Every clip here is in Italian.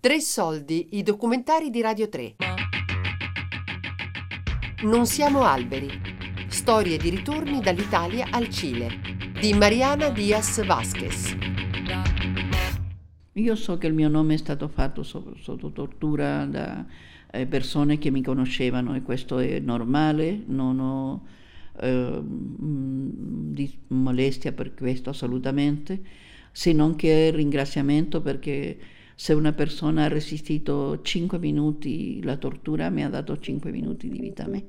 Tre soldi, i documentari di Radio 3. Non siamo alberi. Storie di ritorni dall'Italia al Cile, di Mariana Diaz Vázquez. Io so che il mio nome è stato fatto sotto tortura da persone che mi conoscevano e questo è normale, non ho molestia per questo assolutamente, se non che ringraziamento perché se una persona ha resistito 5 minuti la tortura mi ha dato 5 minuti di vita a me.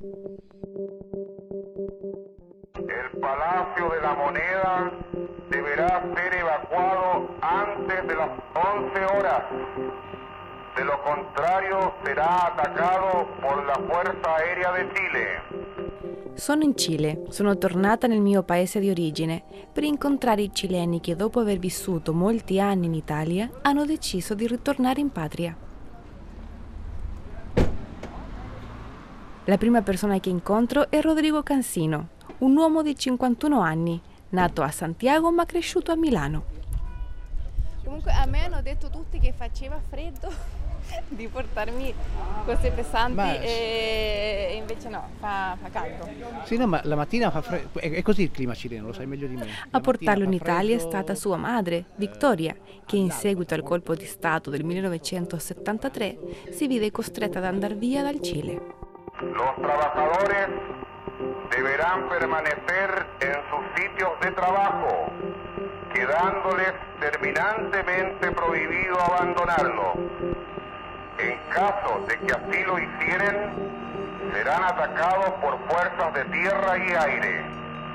El Palacio de la Moneda deberá ser evacuado antes de las 11 horas. De lo contrario será atacado por la Fuerza Aérea de Chile. Sono in Cile, sono tornata nel mio paese di origine per incontrare i cileni che dopo aver vissuto molti anni in Italia hanno deciso di ritornare in patria. La prima persona che incontro è Rodrigo Cansino, un uomo di 51 anni, nato a Santiago ma cresciuto a Milano. Comunque a me hanno detto tutti che faceva freddo di portarmi cose pesanti e invece no, fa caldo. Sì, no, ma la mattina fa freddo, è così il clima cileno, lo sai meglio di me. A portarlo in Italia è stata sua madre, Victoria, che in seguito al colpo di Stato del 1973 si vide costretta ad andar via dal Cile. Los trabajadores deberán permanecer en sus sitios de trabajo, quedándoles terminantemente prohibido abandonarlo. En caso de que así lo hicieren, serán atacados por fuerzas de tierra y aire.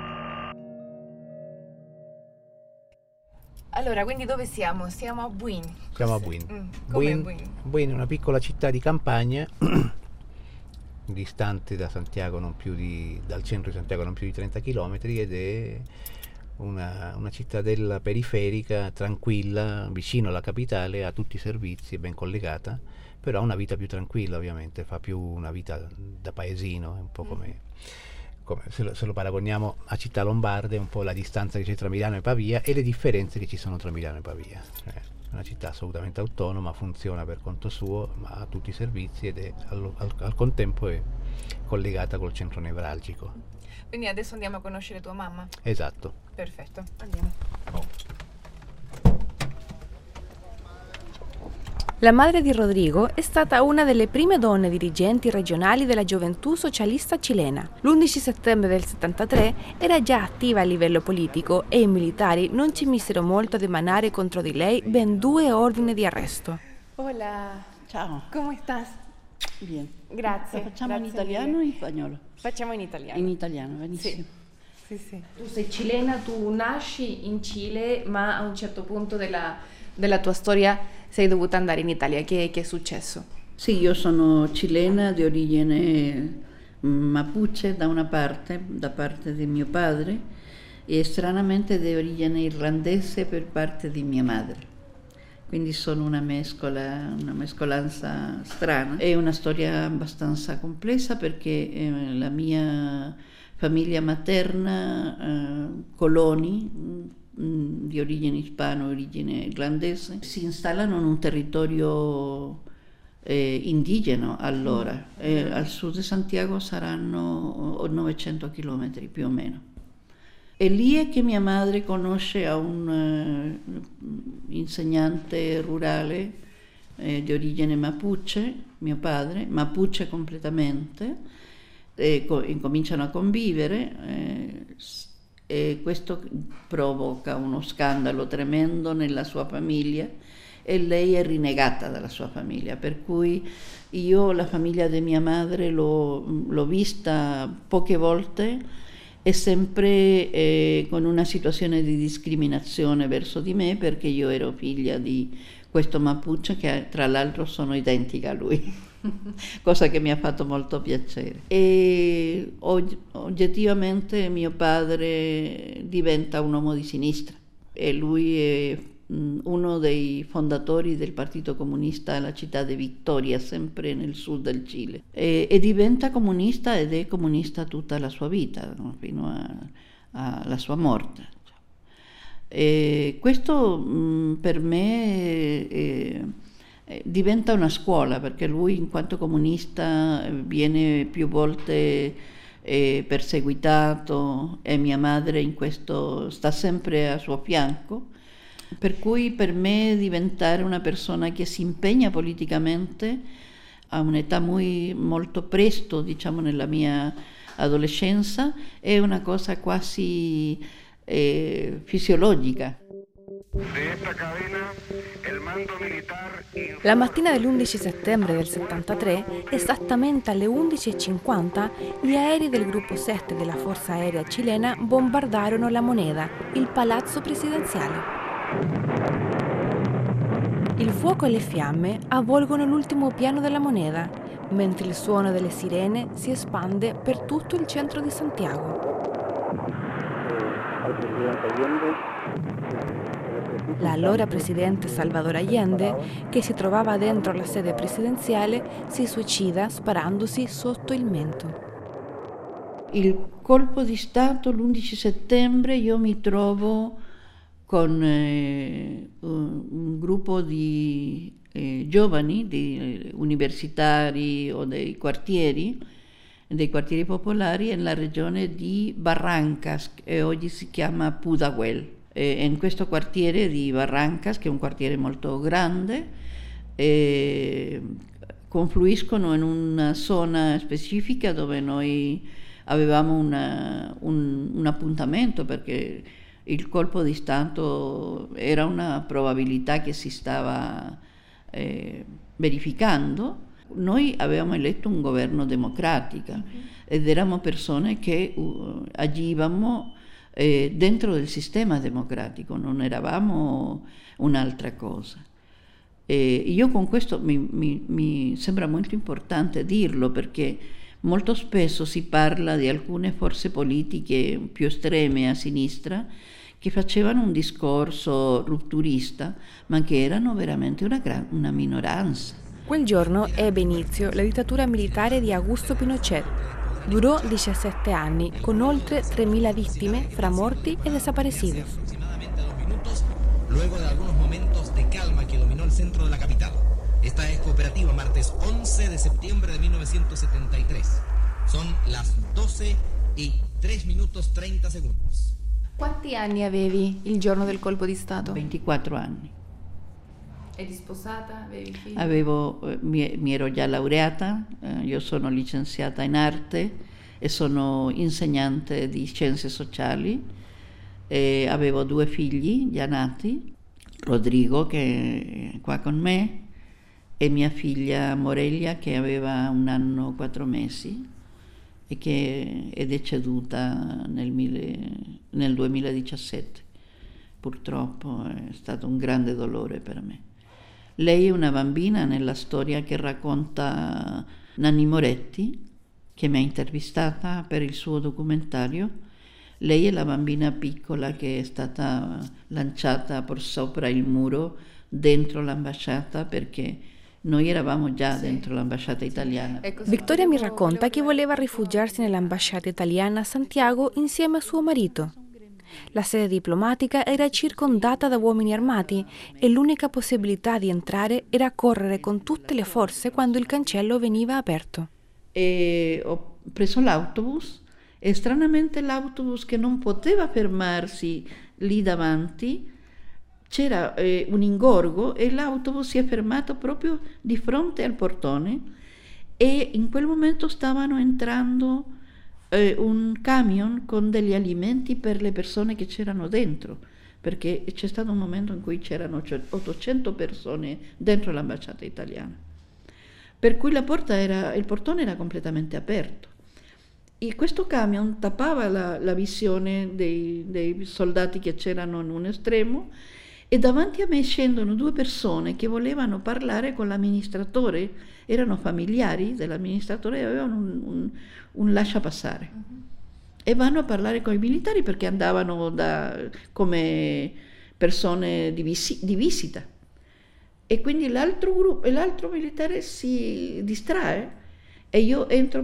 Allora, quindi dove siamo? Siamo a Buin. Siamo a Buin. Buin. Buin è una piccola città di campagna, distante da Santiago dal centro di Santiago non più di 30 km ed è una cittadella periferica, tranquilla, vicino alla capitale, ha tutti i servizi, è ben collegata, però ha una vita più tranquilla ovviamente, fa più una vita da paesino, è un po' come se lo paragoniamo a città lombarde, un po' la distanza che c'è tra Milano e Pavia e le differenze che ci sono tra Milano e Pavia. Cioè, è una città assolutamente autonoma, funziona per conto suo, ma ha tutti i servizi ed è al contempo è collegata col centro nevralgico. Quindi adesso andiamo a conoscere tua mamma? Esatto. Perfetto, andiamo. La madre di Rodrigo è stata una delle prime donne dirigenti regionali della gioventù socialista cilena. L'11 settembre del 73 era già attiva a livello politico e i militari non ci misero molto ad emanare contro di lei ben 2 ordini di arresto. Hola. Ciao. ¿Cómo estás? Bien. Grazie. ¿Lo facciamo in grazie italiano o mille. in spagnolo? Facciamo in italiano. In italiano, benissimo. Sì. Tu sei cilena, tu nasci in Cile, ma a un certo punto della tua storia sei dovuta andare in Italia. Che è successo? Sì, io sono cilena di origine mapuche da parte di mio padre e stranamente di origine irlandese per parte di mia madre. Quindi sono una mescolanza strana. È una storia abbastanza complessa perché la mia famiglia materna, coloni, di origine ispano, origine irlandese, si installano in un territorio indigeno allora. Al sud di Santiago saranno 900 chilometri più o meno. E lì è che mia madre conosce a un insegnante rurale di origine mapuche, mio padre, mapuche completamente, incominciano a convivere e questo provoca uno scandalo tremendo nella sua famiglia e lei è rinnegata dalla sua famiglia, per cui io la famiglia di mia madre l'ho vista poche volte e sempre con una situazione di discriminazione verso di me perché io ero figlia di questo mapuche che tra l'altro sono identica a lui. Cosa che mi ha fatto molto piacere. E oggettivamente mio padre diventa un uomo di sinistra e lui è uno dei fondatori del Partito Comunista alla città di Victoria, sempre nel sud del Cile, e diventa comunista ed è comunista tutta la sua vita, no? Fino alla sua morte. E questo per me diventa una scuola, perché lui in quanto comunista viene più volte perseguitato e mia madre in questo sta sempre a suo fianco, per cui per me diventare una persona che si impegna politicamente a un'età molto presto, diciamo nella mia adolescenza, è una cosa quasi fisiologica. La mattina dell'11 settembre del 73, esattamente alle 11:50, gli aerei del gruppo 7 della Forza Aerea Cilena bombardarono La Moneda, il palazzo presidenziale. Il fuoco e le fiamme avvolgono l'ultimo piano della Moneda, mentre il suono delle sirene si espande per tutto il centro di Santiago. L'allora presidente Salvador Allende, che si trovava dentro la sede presidenziale, si suicida sparandosi sotto il mento. Il colpo di Stato l'11 settembre io mi trovo con un gruppo di giovani, di universitari o dei quartieri popolari nella regione di Barrancas, che oggi si chiama Pudahuel. In questo quartiere di Barrancas, che è un quartiere molto grande, confluiscono in una zona specifica dove noi avevamo un appuntamento, perché il colpo di Stato era una probabilità che si stava verificando. Noi avevamo eletto un governo democratico ed eravamo persone che agivamo dentro del sistema democratico, non eravamo un'altra cosa. Io con questo mi sembra molto importante dirlo, perché molto spesso si parla di alcune forze politiche più estreme a sinistra che facevano un discorso rupturista, ma che erano veramente una minoranza. Quel giorno ebbe inizio la dittatura militare di Augusto Pinochet. Durò 17 anni, con oltre 3.000 vittime fra morti e desaparecidos. Luego de algunos momentos de calma que dominó el centro de la capital. Esta es Cooperativa, martes 11 de septiembre de 1973. Son las 12:03:30. Quanti anni avevi il giorno del colpo di Stato? 24 anni. Eri sposata? Avevi figli? Mi ero già laureata, io sono licenziata in arte e sono insegnante di scienze sociali. Avevo 2 figli già nati, Rodrigo che è qua con me e mia figlia Morelia che aveva 1 anno 4 mesi e che è deceduta nel 2017. Purtroppo è stato un grande dolore per me. Lei è una bambina nella storia che racconta Nanni Moretti, che mi ha intervistata per il suo documentario. Lei è la bambina piccola che è stata lanciata por sopra il muro dentro l'ambasciata, perché noi eravamo già dentro l'ambasciata italiana. Vittoria mi racconta che voleva rifugiarsi nell'ambasciata italiana a Santiago insieme a suo marito. La sede diplomatica era circondata da uomini armati e l'unica possibilità di entrare era correre con tutte le forze quando il cancello veniva aperto. E ho preso l'autobus e stranamente l'autobus che non poteva fermarsi lì davanti, c'era un ingorgo e l'autobus si è fermato proprio di fronte al portone e in quel momento stavano entrando un camion con degli alimenti per le persone che c'erano dentro, perché c'è stato un momento in cui c'erano 800 persone dentro l'ambasciata italiana, per cui il portone era completamente aperto e questo camion tappava la visione dei soldati che c'erano in un estremo e davanti a me scendono 2 persone che volevano parlare con l'amministratore, erano familiari dell'amministratore e avevano un lasciapassare. E vanno a parlare con i militari perché andavano come persone di visita. E quindi l'altro militare si distrae e io entro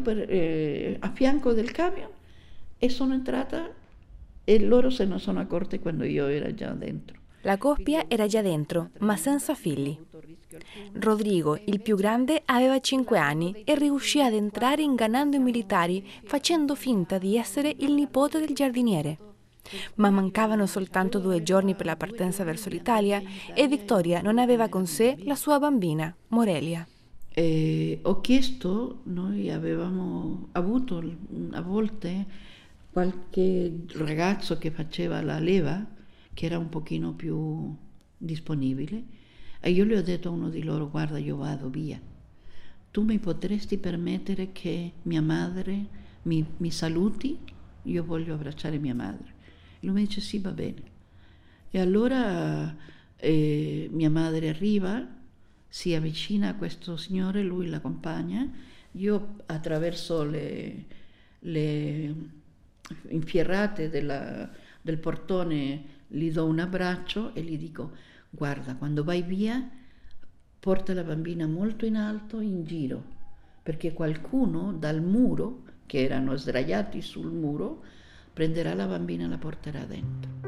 a fianco del camion e sono entrata e loro se ne sono accorti quando io ero già dentro. La coppia era già dentro, ma senza figli. Rodrigo, il più grande, aveva 5 anni e riuscì ad entrare ingannando i militari, facendo finta di essere il nipote del giardiniere. Ma mancavano soltanto 2 giorni per la partenza verso l'Italia e Victoria non aveva con sé la sua bambina, Morelia. Ho chiesto, noi avevamo avuto a volte qualche ragazzo che faceva la leva, che era un pochino più disponibile, e io gli ho detto a uno di loro: guarda, io vado via, tu mi potresti permettere che mia madre mi saluti? Io voglio abbracciare mia madre. E lui mi dice: sì, va bene. E allora mia madre arriva, si avvicina a questo signore, lui l'accompagna, io attraverso le infierrate del portone gli do un abbraccio e gli dico: guarda, quando vai via porta la bambina molto in alto in giro, perché qualcuno dal muro, che erano sdraiati sul muro, prenderà la bambina e la porterà dentro.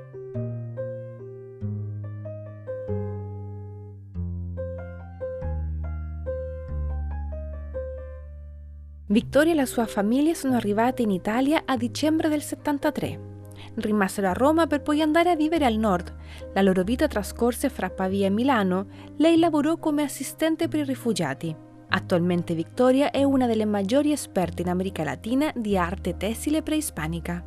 Victoria e la sua famiglia sono arrivate in Italia a dicembre del 73. Rimasero a Roma per poi andare a vivere al nord. La loro vita trascorse fra Pavia e Milano. Lei lavorò come assistente per i rifugiati. Attualmente Victoria è una delle maggiori esperte in America Latina di arte tessile preispanica.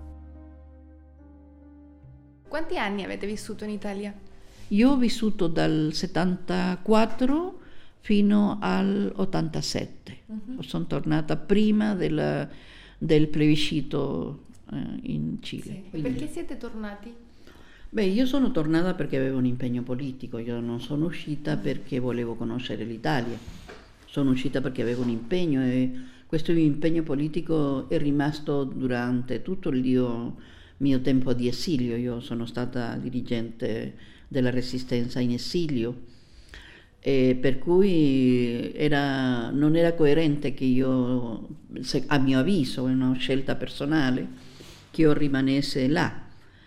Quanti anni avete vissuto in Italia? Io ho vissuto dal 74 fino all'87. Sono tornata prima del plebiscito in Cile. Sì. Perché siete tornati? Beh, io sono tornata perché avevo un impegno politico, io non sono uscita perché volevo conoscere l'Italia, sono uscita perché avevo un impegno e questo impegno politico è rimasto durante tutto il mio tempo di esilio. Io sono stata dirigente della Resistenza in esilio, e per cui non era coerente che io, a mio avviso, è una scelta personale, che io rimanesse là.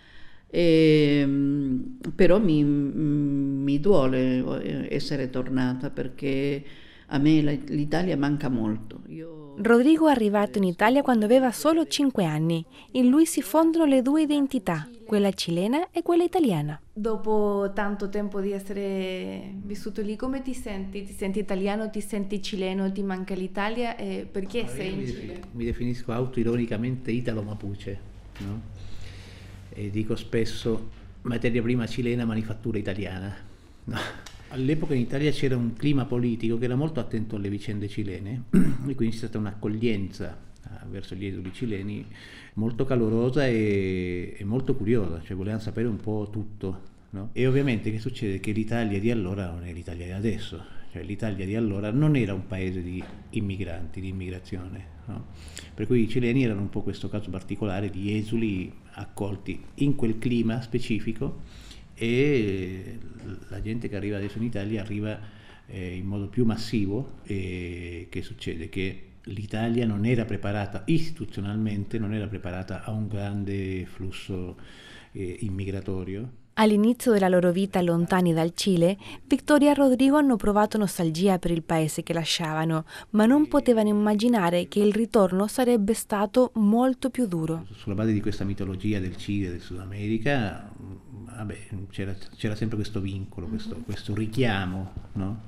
Però mi duole essere tornata perché a me l'Italia manca molto. Rodrigo è arrivato in Italia quando aveva solo 5 anni. In lui si fondono le 2 identità, quella cilena e quella italiana. Dopo tanto tempo di essere vissuto lì, come ti senti? Ti senti italiano, ti senti cileno, ti manca l'Italia? E perché sei in Cile? Mi definisco autoironicamente italo-mapuche, no? E dico spesso materia prima cilena, manifattura italiana. No. All'epoca in Italia c'era un clima politico che era molto attento alle vicende cilene e quindi c'è stata un'accoglienza verso gli esuli cileni molto calorosa e molto curiosa, cioè volevano sapere un po' tutto, no? E ovviamente che succede? Che l'Italia di allora non è l'Italia di adesso, cioè l'Italia di allora non era un paese di immigranti, di immigrazione, no? Per cui i cileni erano un po' questo caso particolare di esuli accolti in quel clima specifico. E la gente che arriva adesso in Italia arriva in modo più massivo. E che succede? Che l'Italia non era preparata istituzionalmente, non era preparata a un grande flusso immigratorio. All'inizio della loro vita lontani dal Cile, Victoria e Rodrigo hanno provato nostalgia per il paese che lasciavano, ma non potevano immaginare che il ritorno sarebbe stato molto più duro. Sulla base di questa mitologia del Cile, del Sud America, c'era sempre questo vincolo, questo richiamo, no?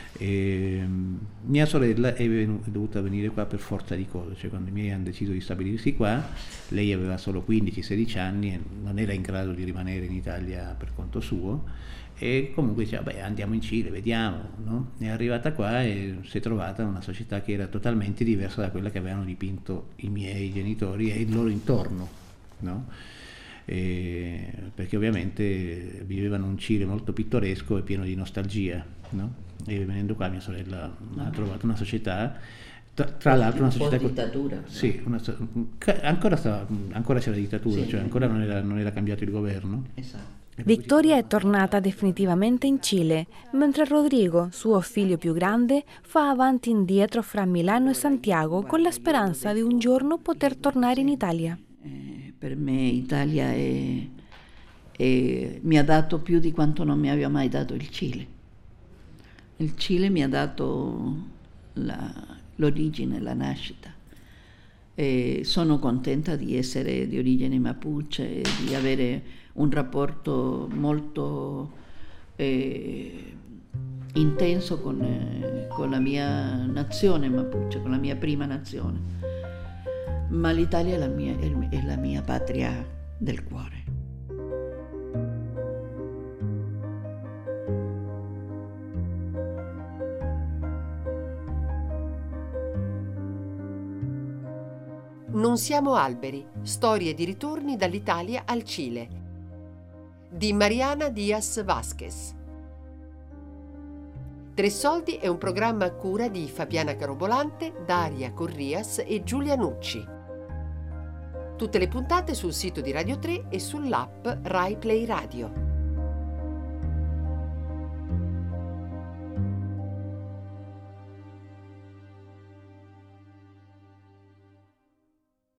Mia sorella è dovuta venire qua per forza di cose, cioè quando i miei hanno deciso di stabilirsi qua, lei aveva solo 15-16 anni e non era in grado di rimanere in Italia per conto suo, e comunque diceva: andiamo in Cile, vediamo, no? È arrivata qua e si è trovata in una società che era totalmente diversa da quella che avevano dipinto i miei genitori e il loro intorno, no? Perché ovviamente vivevano un Cile molto pittoresco e pieno di nostalgia, no? E venendo qua mia sorella ha trovato una società, tra l'altro una società di dittatura. Sì, ancora c'era dittatura, sì, cioè ancora non era cambiato il governo. Esatto. Victoria è tornata definitivamente in Cile, mentre Rodrigo, suo figlio più grande, fa avanti e indietro fra Milano e Santiago con la speranza di un giorno poter tornare in Italia. Per me Italia è e mi ha dato più di quanto non mi aveva mai dato il Cile. Il Cile mi ha dato l'origine, la nascita. E sono contenta di essere di origine mapuche e di avere un rapporto molto intenso con la mia nazione mapuche, con la mia prima nazione. Ma l'Italia è la mia patria del cuore. Non siamo alberi, storie di ritorni dall'Italia al Cile, di Mariana Diaz Vázquez. Tre Soldi è un programma a cura di Fabiana Carobolante, Daria Corrias e Giulia Nucci. Tutte le puntate sul sito di Radio 3 e sull'app Rai Play Radio.